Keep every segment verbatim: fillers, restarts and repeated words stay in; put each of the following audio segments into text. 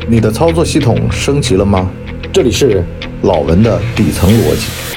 你的操作系统升级了吗？这里是老文的底层逻辑。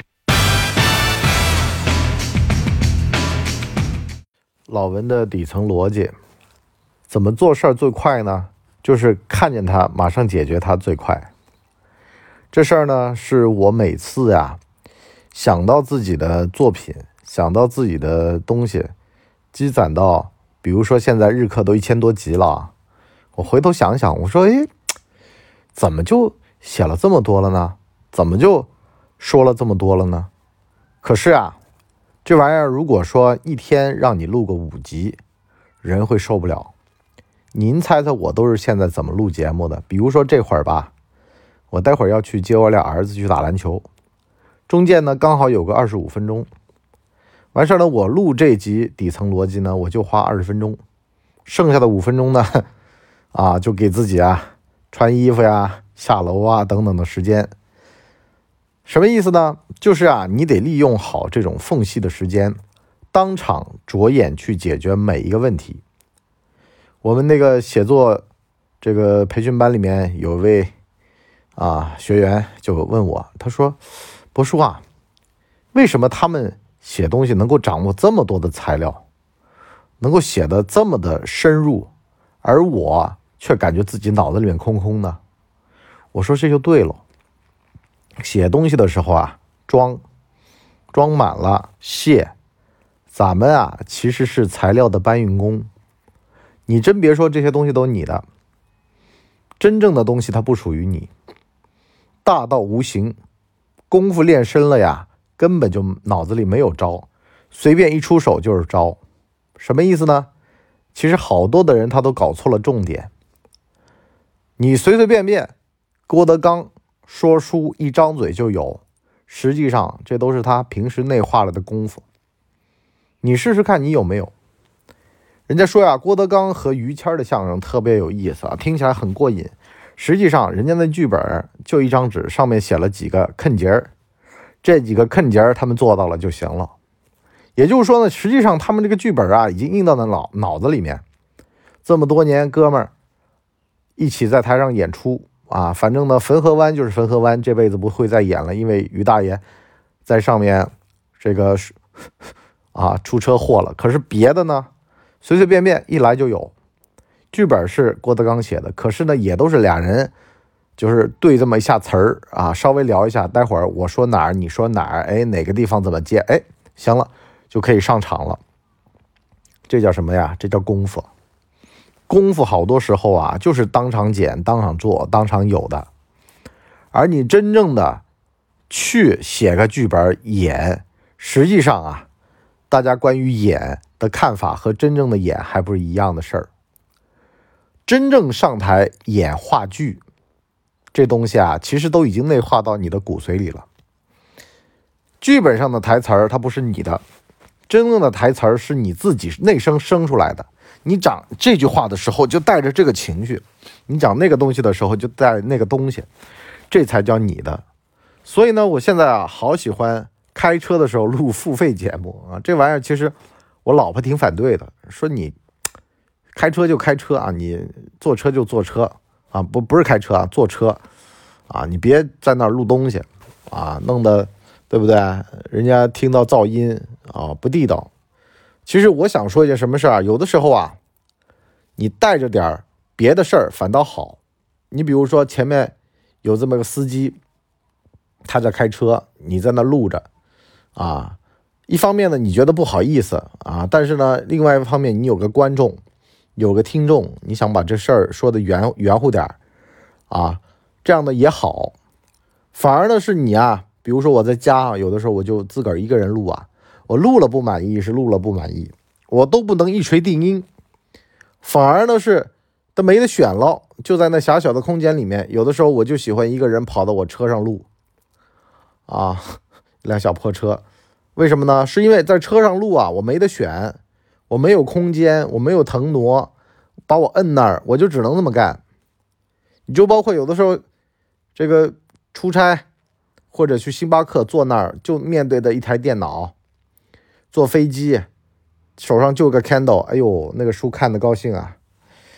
老文的底层逻辑，怎么做事儿最快呢？就是看见它，马上解决它最快。这事儿呢，是我每次呀想到自己的作品，想到自己的东西，积攒到，比如说现在日课都一千多集了啊，我回头想想，我说，哎，怎么就写了这么多了呢？怎么就说了这么多了呢？可是啊，这玩意儿如果说一天让你录个五集，人会受不了。您猜猜我都是现在怎么录节目的？比如说这会儿吧，我待会儿要去接我俩儿子去打篮球，中间呢刚好有个二十五分钟，完事儿呢，我录这集底层逻辑呢，我就花二十分钟，剩下的五分钟呢，啊，就给自己啊穿衣服呀、下楼啊等等的时间。什么意思呢？就是啊，你得利用好这种缝隙的时间，当场着眼去解决每一个问题。我们那个写作这个培训班里面有位啊学员就问我，他说：“博叔啊，为什么他们写东西能够掌握这么多的材料，能够写得这么的深入，而我却感觉自己脑子里面空空呢？”我说这就对了，写东西的时候啊，装装满了卸，咱们啊其实是材料的搬运工。你真别说这些东西都是你的，真正的东西它不属于你，大到无形，功夫练深了呀，根本就脑子里没有招，随便一出手就是招。什么意思呢？其实好多的人他都搞错了重点。你随随便便郭德纲说书一张嘴就有，实际上这都是他平时内化了的功夫。你试试看你有没有。人家说呀，郭德纲和于谦的相声特别有意思啊，听起来很过瘾。实际上人家的剧本就一张纸，上面写了几个坑节儿，这几个坑节儿他们做到了就行了。也就是说呢，实际上他们这个剧本啊已经印到了脑脑子里面。这么多年哥们儿一起在台上演出啊，反正呢汾河湾就是汾河湾，这辈子不会再演了，因为于大爷在上面这个啊出车祸了。可是别的呢随随便便一来就有。剧本是郭德纲写的，可是呢也都是俩人就是对这么一下词儿啊，稍微聊一下，待会儿我说哪儿你说哪儿，哎哪个地方怎么接，哎行了就可以上场了。这叫什么呀？这叫功夫。功夫好多时候啊就是当场剪当场做当场有的，而你真正的去写个剧本演，实际上啊大家关于演的看法和真正的演还不是一样的事儿。真正上台演话剧这东西啊，其实都已经内化到你的骨髓里了。剧本上的台词儿它不是你的，真正的台词儿是你自己内生生出来的。你讲这句话的时候就带着这个情绪，你讲那个东西的时候就带那个东西，这才叫你的。所以呢，我现在啊好喜欢开车的时候录付费节目啊，这玩意儿其实我老婆挺反对的，说你开车就开车啊，你坐车就坐车啊，不不是开车啊，坐车啊，你别在那儿录东西啊，弄得对不对？人家听到噪音啊，不地道。其实我想说一件什么事儿啊，有的时候啊，你带着点别的事儿反倒好。你比如说前面有这么个司机，他在开车，你在那录着啊，一方面呢你觉得不好意思啊，但是呢另外一方面你有个观众有个听众，你想把这事儿说的圆圆乎点啊，这样的也好。反而呢是你啊，比如说我在家啊，有的时候我就自个儿一个人录啊，我录了不满意是录了不满意，我都不能一锤定音，反而呢是都没得选了，就在那狭小的空间里面，有的时候我就喜欢一个人跑到我车上录啊，一辆小破车。为什么呢？是因为在车上录啊，我没得选，我没有空间，我没有腾挪，把我摁那儿，我就只能这么干。你就包括有的时候这个出差或者去星巴克坐那儿，就面对的一台电脑，坐飞机手上就个 Kindle， 哎呦那个书看得高兴啊。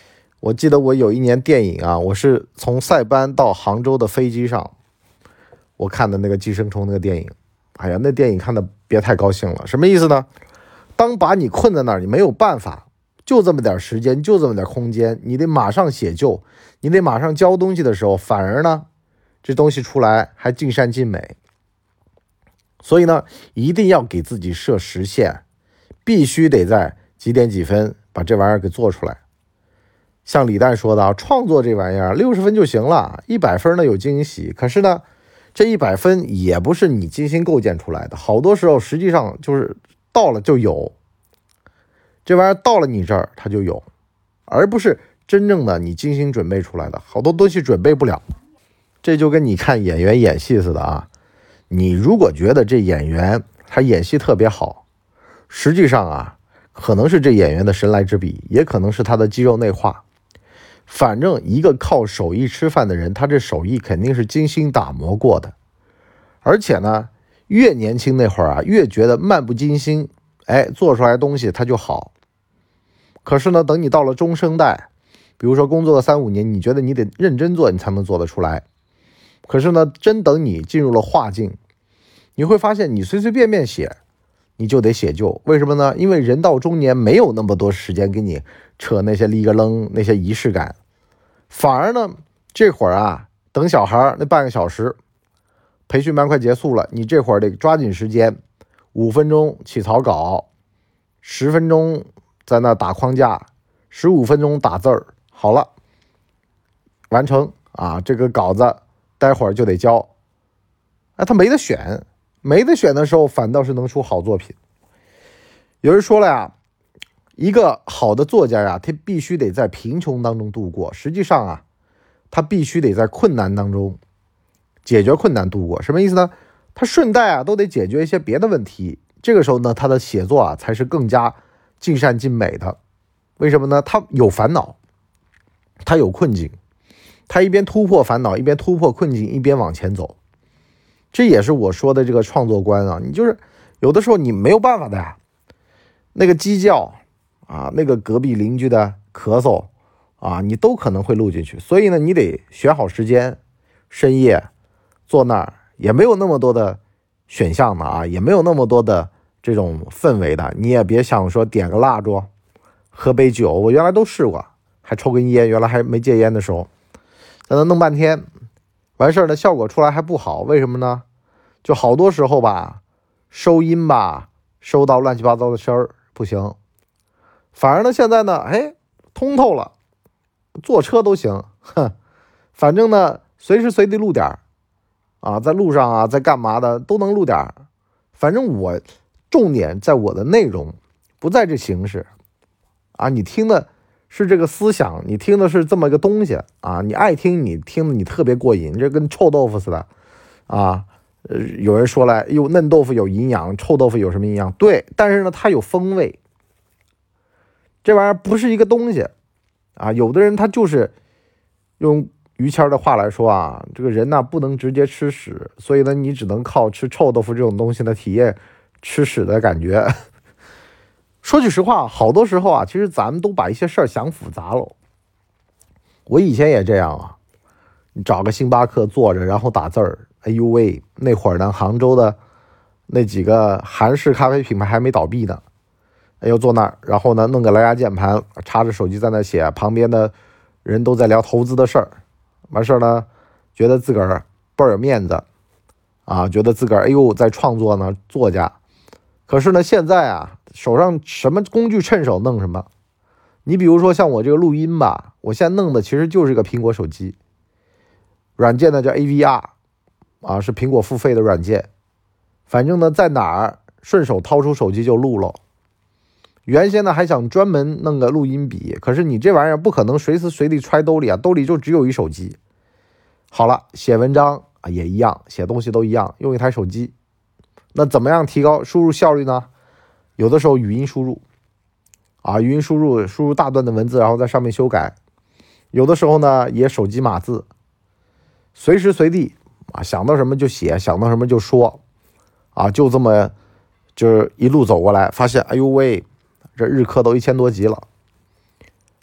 我记得我有一年电影啊，我是从塞班到杭州的飞机上，我看的那个寄生虫那个电影。哎呀，那电影看的别太高兴了。什么意思呢？当把你困在那儿，你没有办法，就这么点时间，就这么点空间，你得马上写就，你得马上交东西的时候，反而呢，这东西出来还尽善尽美。所以呢，一定要给自己设时限，必须得在几点几分把这玩意儿给做出来。像李诞说的啊，创作这玩意儿六十分就行了，一百分呢有惊喜。可是呢，这一百分也不是你精心构建出来的，好多时候实际上就是到了就有，这玩意儿到了你这儿它就有，而不是真正的你精心准备出来的，好多东西准备不了。这就跟你看演员演戏似的啊，你如果觉得这演员他演戏特别好，实际上啊，可能是这演员的神来之笔，也可能是他的肌肉内化。反正一个靠手艺吃饭的人，他这手艺肯定是精心打磨过的。而且呢，越年轻那会儿啊，越觉得漫不经心，哎，做出来东西它就好。可是呢，等你到了中生代，比如说工作了三五年，你觉得你得认真做，你才能做得出来。可是呢，真等你进入了画境，你会发现你随随便便写，你就得写就。为什么呢？因为人到中年没有那么多时间给你扯那些立个楞那些仪式感，反而呢，这会儿啊，等小孩那半个小时，培训班快结束了，你这会儿得抓紧时间，五分钟起草稿，十分钟在那打框架，十五分钟打字儿，好了，完成啊！这个稿子待会儿就得交。啊，他没得选，没得选的时候，反倒是能出好作品。有人说了呀，一个好的作家呀，他必须得在贫穷当中度过。实际上啊，他必须得在困难当中解决困难度过。什么意思呢？他顺带啊都得解决一些别的问题。这个时候呢，他的写作啊才是更加尽善尽美的。为什么呢？他有烦恼，他有困境，他一边突破烦恼，一边突破困境，一边往前走。这也是我说的这个创作观啊，你就是有的时候你没有办法的呀，那个鸡叫啊，那个隔壁邻居的咳嗽啊，你都可能会录进去。所以呢，你得选好时间，深夜坐那儿，也没有那么多的选项的啊，也没有那么多的这种氛围的。你也别想说点个蜡烛，喝杯酒，我原来都试过，还抽根烟，原来还没戒烟的时候，在那弄半天，完事儿呢，效果出来还不好。为什么呢？就好多时候吧，收音吧，收到乱七八糟的声儿不行。反而呢，现在呢，哎，通透了，坐车都行，哼，反正呢，随时随地录点儿啊，在路上啊，在干嘛的都能录点儿。反正我重点在我的内容，不在这形式啊。你听的是这个思想，你听的是这么一个东西啊，你爱听，你听的你特别过瘾，这跟臭豆腐似的啊。呃，有人说了，哟，嫩豆腐有营养，臭豆腐有什么营养？对，但是呢，它有风味。这玩意儿不是一个东西啊。有的人他就是用于谦的话来说啊，这个人呢不能直接吃屎，所以呢，你只能靠吃臭豆腐这种东西呢体验吃屎的感觉。说句实话，好多时候啊，其实咱们都把一些事儿想复杂了。我以前也这样啊，你找个星巴克坐着，然后打字儿。哎呦喂，那会儿呢，杭州的那几个韩式咖啡品牌还没倒闭呢。哎呦，坐那儿，然后呢，弄个蓝牙键盘，插着手机在那写，旁边的人都在聊投资的事儿。完事儿呢，觉得自个儿倍儿有面子啊，觉得自个儿哎呦在创作呢，作家。可是呢，现在啊，手上什么工具趁手弄什么。你比如说像我这个录音吧，我现在弄的其实就是一个苹果手机，软件呢叫 A V R 啊，是苹果付费的软件。反正呢，在哪儿顺手掏出手机就录了。原先呢还想专门弄个录音笔，可是你这玩意儿不可能随时随地揣兜里啊，兜里就只有一手机。好了，写文章啊也一样，写东西都一样，用一台手机。那怎么样提高输入效率呢？有的时候语音输入啊，语音输入输入大段的文字，然后在上面修改。有的时候呢也手机码字，随时随地啊想到什么就写，想到什么就说啊，就这么就是一路走过来，发现哎呦喂，这日课都一千多集了。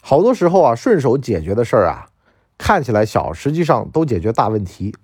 好多时候啊，顺手解决的事儿啊，看起来小，实际上都解决大问题。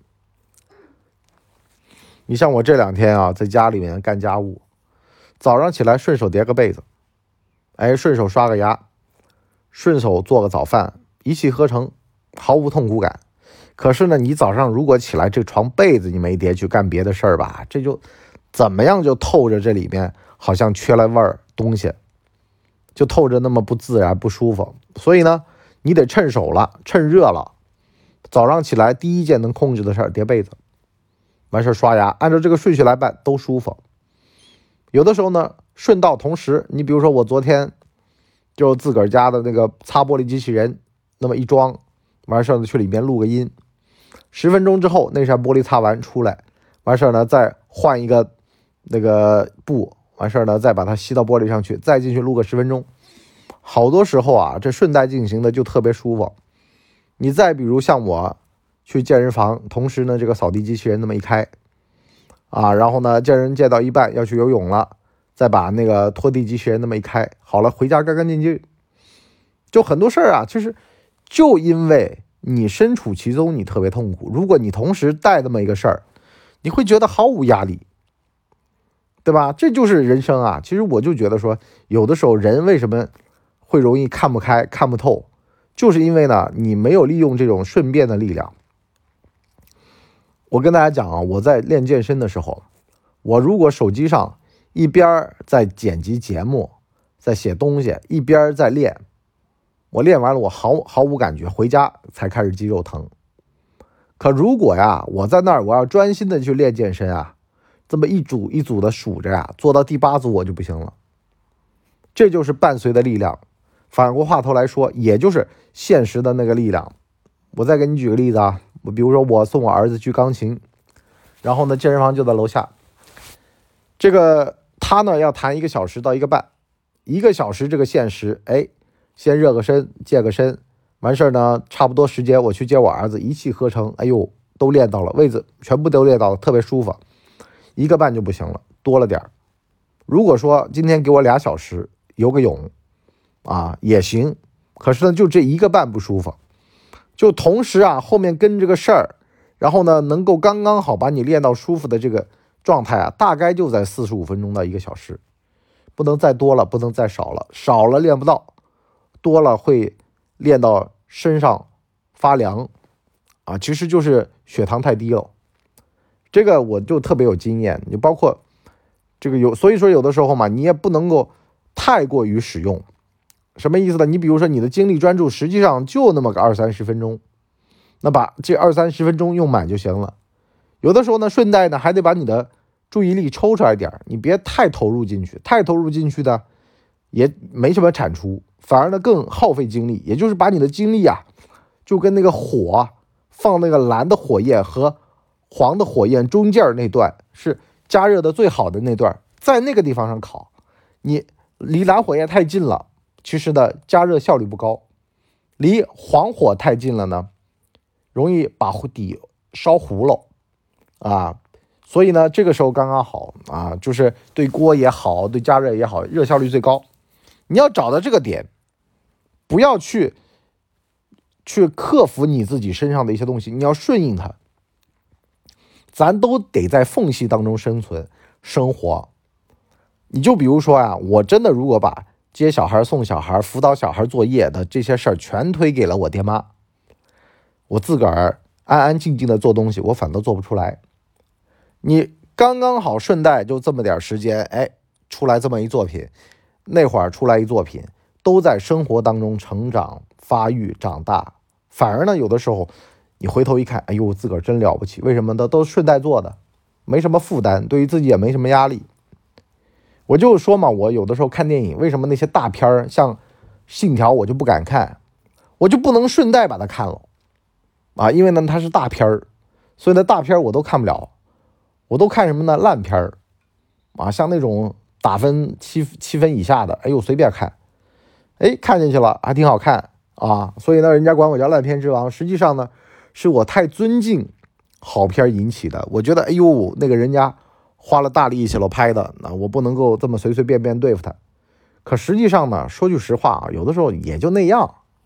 你像我这两天啊，在家里面干家务，早上起来顺手叠个被子，哎，顺手刷个牙，顺手做个早饭，一气呵成，毫无痛苦感。可是呢，你早上如果起来这床被子你没叠，去干别的事儿吧，这就怎么样就透着这里面好像缺了味儿东西，就透着那么不自然不舒服。所以呢，你得趁手了，趁热了，早上起来第一件能控制的事儿叠被子，完事刷牙，按照这个顺序来办都舒服。有的时候呢，顺道同时，你比如说我昨天就自个儿家的那个擦玻璃机器人那么一装，完事儿呢去里面录个音，十分钟之后那扇玻璃擦完出来，完事儿呢再换一个那个布，完事儿呢再把它吸到玻璃上去，再进去录个十分钟。好多时候啊，这顺带进行的就特别舒服。你再比如像我去健身房，同时呢这个扫地机器人那么一开啊，然后呢健身健到一半要去游泳了，再把那个拖地机器人那么一开，好了，回家干干净净。就很多事儿啊，就是就因为你身处其中你特别痛苦，如果你同时带这么一个事儿，你会觉得毫无压力，对吧？这就是人生啊。其实我就觉得说，有的时候人为什么会容易看不开看不透，就是因为呢你没有利用这种顺便的力量。我跟大家讲啊，我在练健身的时候，我如果手机上一边在剪辑节目，在写东西，一边在练，我练完了我毫毫无感觉，回家才开始肌肉疼。可如果呀我在那儿我要专心的去练健身啊，这么一组一组的数着呀，做到第八组我就不行了。这就是伴随的力量。反过话头来说，也就是现实的那个力量。我再给你举个例子啊，我比如说我送我儿子去钢琴，然后呢健身房就在楼下，这个他呢要弹一个小时到一个半，一个小时这个限时，哎，先热个身健个身，完事儿呢差不多时间我去接我儿子，一气呵成，哎呦都练到了，位置全部都练到了，特别舒服。一个半就不行了，多了点。如果说今天给我俩小时游个泳啊也行，可是呢就这一个半不舒服。就同时啊后面跟这个事儿，然后呢能够刚刚好把你练到舒服的这个状态啊，大概就在四十五分钟到一个小时，不能再多了，不能再少了，少了练不到，多了会练到身上发凉啊，其实就是血糖太低了。这个我就特别有经验，你包括这个有，所以说有的时候嘛，你也不能够太过于使用。什么意思呢？你比如说你的精力专注实际上就那么个二三十分钟，那把这二三十分钟用满就行了。有的时候呢，顺带呢还得把你的注意力抽出来点，你别太投入进去，太投入进去呢也没什么产出，反而呢更耗费精力。也就是把你的精力啊，就跟那个火放那个蓝的火焰和黄的火焰中间那段是加热的最好的那段，在那个地方上烤。你离蓝火焰太近了，其实呢加热效率不高，离黄火太近了呢容易把底烧糊了啊。所以呢这个时候刚刚好啊，就是对锅也好，对加热也好，热效率最高。你要找到这个点，不要去去克服你自己身上的一些东西，你要顺应它。咱都得在缝隙当中生存生活。你就比如说啊，我真的如果把接小孩送小孩辅导小孩作业的这些事儿全推给了我爹妈，我自个儿安安静静的做东西我反倒做不出来。你刚刚好顺带就这么点时间，哎，出来这么一作品，那会儿出来一作品，都在生活当中成长发育长大。反而呢有的时候你回头一看，哎呦自个儿真了不起，为什么呢？都顺带做的，没什么负担，对于自己也没什么压力。我就说嘛，我有的时候看电影，为什么那些大片儿像信条我就不敢看，我就不能顺带把它看了啊，因为呢它是大片儿，所以呢大片儿我都看不了，我都看什么呢？烂片儿啊，像那种打分七七分以下的，哎呦随便看，哎看进去了还挺好看啊，所以呢人家管我叫烂片之王，实际上呢是我太尊敬好片引起的。我觉得哎呦那个人家花了大力气了拍的，那我不能够这么随随便便对付他。可实际上呢说句实话啊，有的时候也就那样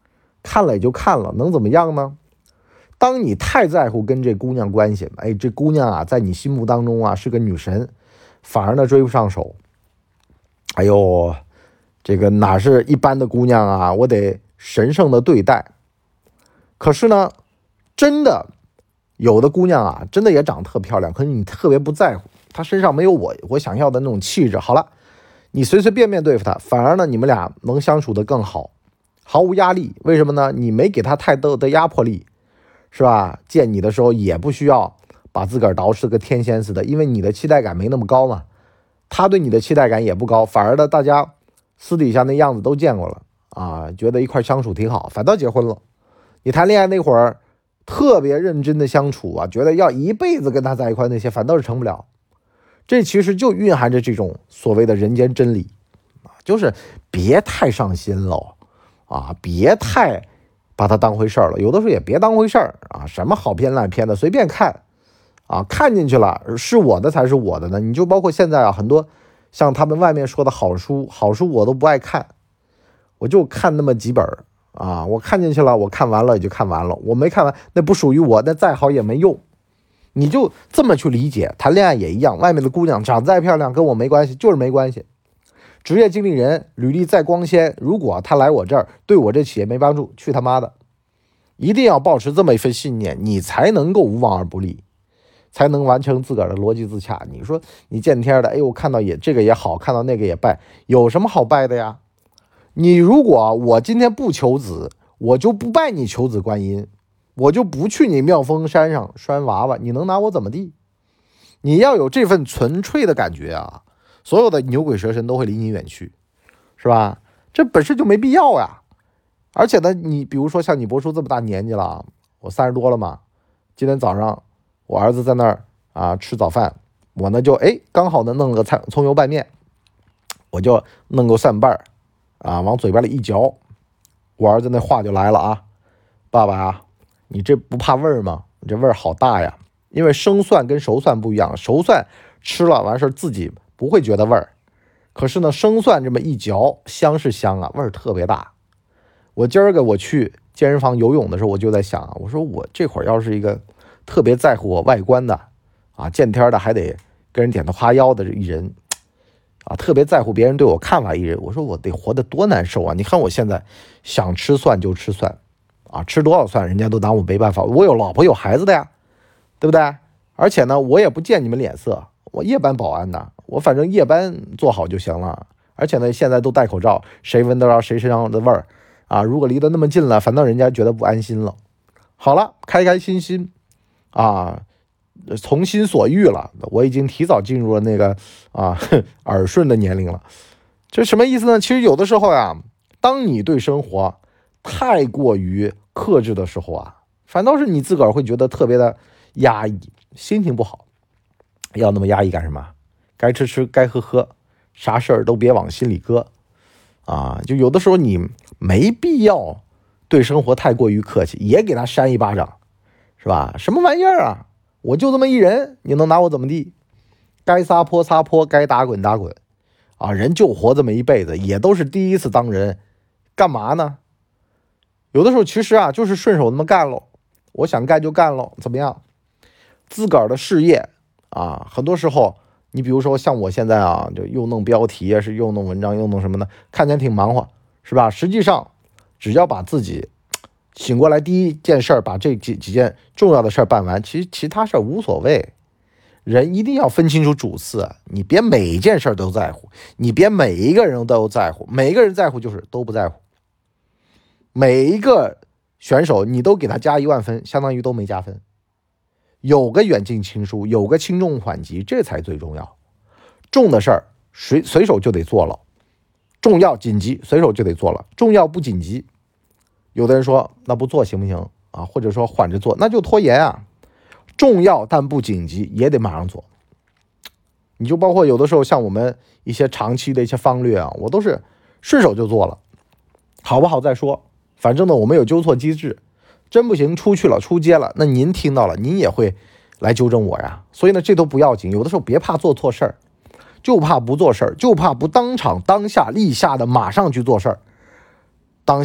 看了也就看了，能怎么样呢？当你太在乎跟这姑娘关系，哎，这姑娘啊，在你心目当中啊是个女神，反而呢追不上手。哎呦，这个哪是一般的姑娘啊，我得神圣的对待。可是呢，真的有的姑娘啊，真的也长得特漂亮，可是你特别不在乎，她身上没有我我想要的那种气质。好了，你随随便便对付她，反而呢你们俩能相处得更好，毫无压力。为什么呢？你没给她太多的压迫力，是吧？见你的时候也不需要把自个儿捯饬跟天仙似的，因为你的期待感没那么高嘛，他对你的期待感也不高，反而呢大家私底下那样子都见过了啊，觉得一块相处挺好，反倒结婚了。你谈恋爱那会儿特别认真的相处啊，觉得要一辈子跟他在一块，那些反倒是成不了。这其实就蕴含着这种所谓的人间真理啊，就是别太上心了啊，别太把它当回事儿了，有的时候也别当回事儿啊，什么好片烂片的随便看啊，看进去了是我的才是我的呢。你就包括现在啊，很多像他们外面说的好书，好书我都不爱看，我就看那么几本啊，我看进去了，我看完了也就看完了，我没看完那不属于我，那再好也没用。你就这么去理解，谈恋爱也一样，外面的姑娘长得再漂亮跟我没关系，就是没关系。职业经理人履历再光鲜，如果他来我这儿对我这企业没帮助，去他妈的。一定要保持这么一份信念，你才能够无往而不利，才能完成自个儿的逻辑自洽。你说你见天的，哎，我看到也这个也好，看到那个也拜，有什么好拜的呀？你如果我今天不求子，我就不拜你求子观音，我就不去你妙峰山上拴娃娃，你能拿我怎么地？你要有这份纯粹的感觉啊，所有的牛鬼蛇神都会离你远去，是吧？这本身就没必要呀。而且呢，你比如说像你博叔这么大年纪了，我三十多了嘛，今天早上我儿子在那儿啊吃早饭，我呢就哎刚好呢弄了个菜葱油拌面，我就弄个蒜瓣啊往嘴边里一嚼，我儿子那话就来了啊，爸爸啊，你这不怕味儿吗？你这味儿好大呀！因为生蒜跟熟蒜不一样，熟蒜吃了完事自己不会觉得味儿，可是呢生蒜这么一嚼，香是香啊，味儿特别大。我今儿个我去健身房游泳的时候，我就在想啊，我说我这会儿要是一个特别在乎我外观的啊，见天的还得跟人点头哈腰的一人啊，特别在乎别人对我看法一人，我说我得活得多难受啊！你看我现在想吃蒜就吃蒜啊，吃多少蒜人家都拿我没办法，我有老婆有孩子的呀，对不对？而且呢，我也不见你们脸色，我夜班保安的，我反正夜班做好就行了。而且呢，现在都戴口罩，谁闻得着谁身上的味儿啊？如果离得那么近了，反倒人家觉得不安心了。好了，开开心心啊，从心所欲了。我已经提早进入了那个啊耳顺的年龄了。这什么意思呢？其实有的时候呀，当你对生活太过于克制的时候啊，反倒是你自个儿会觉得特别的压抑，心情不好。要那么压抑干什么？该吃吃，该喝喝，啥事儿都别往心里搁啊！就有的时候你没必要对生活太过于客气，也给他扇一巴掌，是吧？什么玩意儿啊！我就这么一人，你能拿我怎么地？该撒泼撒泼，该打滚打滚啊！人就活这么一辈子，也都是第一次当人，干嘛呢？有的时候其实啊，就是顺手那么干喽，我想干就干喽，怎么样？自个儿的事业啊，很多时候你比如说像我现在啊，就又弄标题啊，是又弄文章又弄什么的，看起来挺忙活，是吧？实际上只要把自己醒过来第一件事儿，把这几几件重要的事儿办完，其实其他事儿无所谓。人一定要分清楚主次，你别每一件事儿都在乎，你别每一个人都在乎，每一个人在乎就是都不在乎。每一个选手你都给他加一万分，相当于都没加分。有个远近亲疏，有个轻重缓急，这才最重要。重的事儿随随手就得做了，重要紧急随手就得做了，重要不紧急，有的人说那不做行不行啊？或者说缓着做，那就拖延啊。重要但不紧急也得马上做。你就包括有的时候像我们一些长期的一些方略啊，我都是顺手就做了，好不好再说，反正呢我们有纠错机制，真不行出去了出街了，那您听到了您也会来纠正我呀。所以呢这都不要紧，有的时候别怕做错事儿，就怕不做事儿，就怕不当场当下立下的马上去做事儿，当下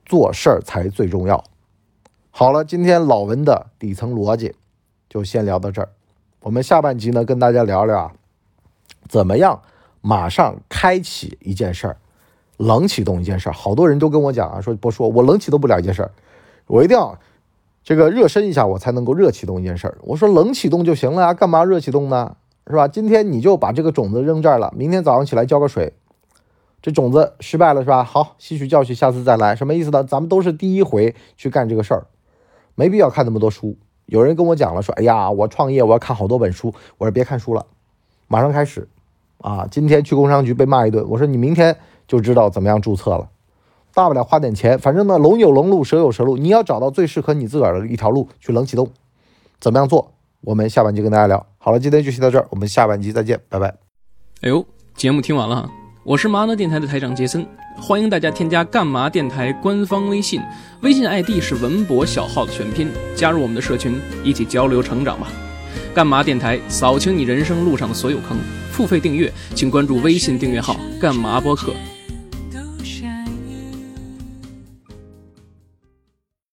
做事儿才最重要。好了，今天老文的底层逻辑就先聊到这儿。我们下半集呢，跟大家聊聊啊，怎么样马上开启一件事儿，冷启动一件事儿。好多人都跟我讲啊，说不说我冷启动不了一件事儿，我一定要这个热身一下，我才能够热启动一件事儿。我说冷启动就行了呀，干嘛热启动呢？是吧？今天你就把这个种子扔这儿了，明天早上起来浇个水，这种子失败了是吧？好，吸取教训，下次再来。什么意思呢？咱们都是第一回去干这个事儿，没必要看那么多书。有人跟我讲了，说哎呀，我创业我要看好多本书。我说别看书了，马上开始啊！今天去工商局被骂一顿，我说你明天就知道怎么样注册了，大不了花点钱，反正呢龙有龙路，蛇有蛇路，你要找到最适合你自个儿的一条路去冷启动。怎么样做？我们下半集跟大家聊。好了，今天就先到这儿，我们下半集再见，拜拜。 哎呦，节目听完了哈，我是麻辣电台的台长杰森，欢迎大家添加干嘛电台官方微信，微信 I D 是文博小号的全拼，加入我们的社群，一起交流成长吧。干嘛电台扫清你人生路上的所有坑，付费订阅请关注微信订阅号干嘛播客。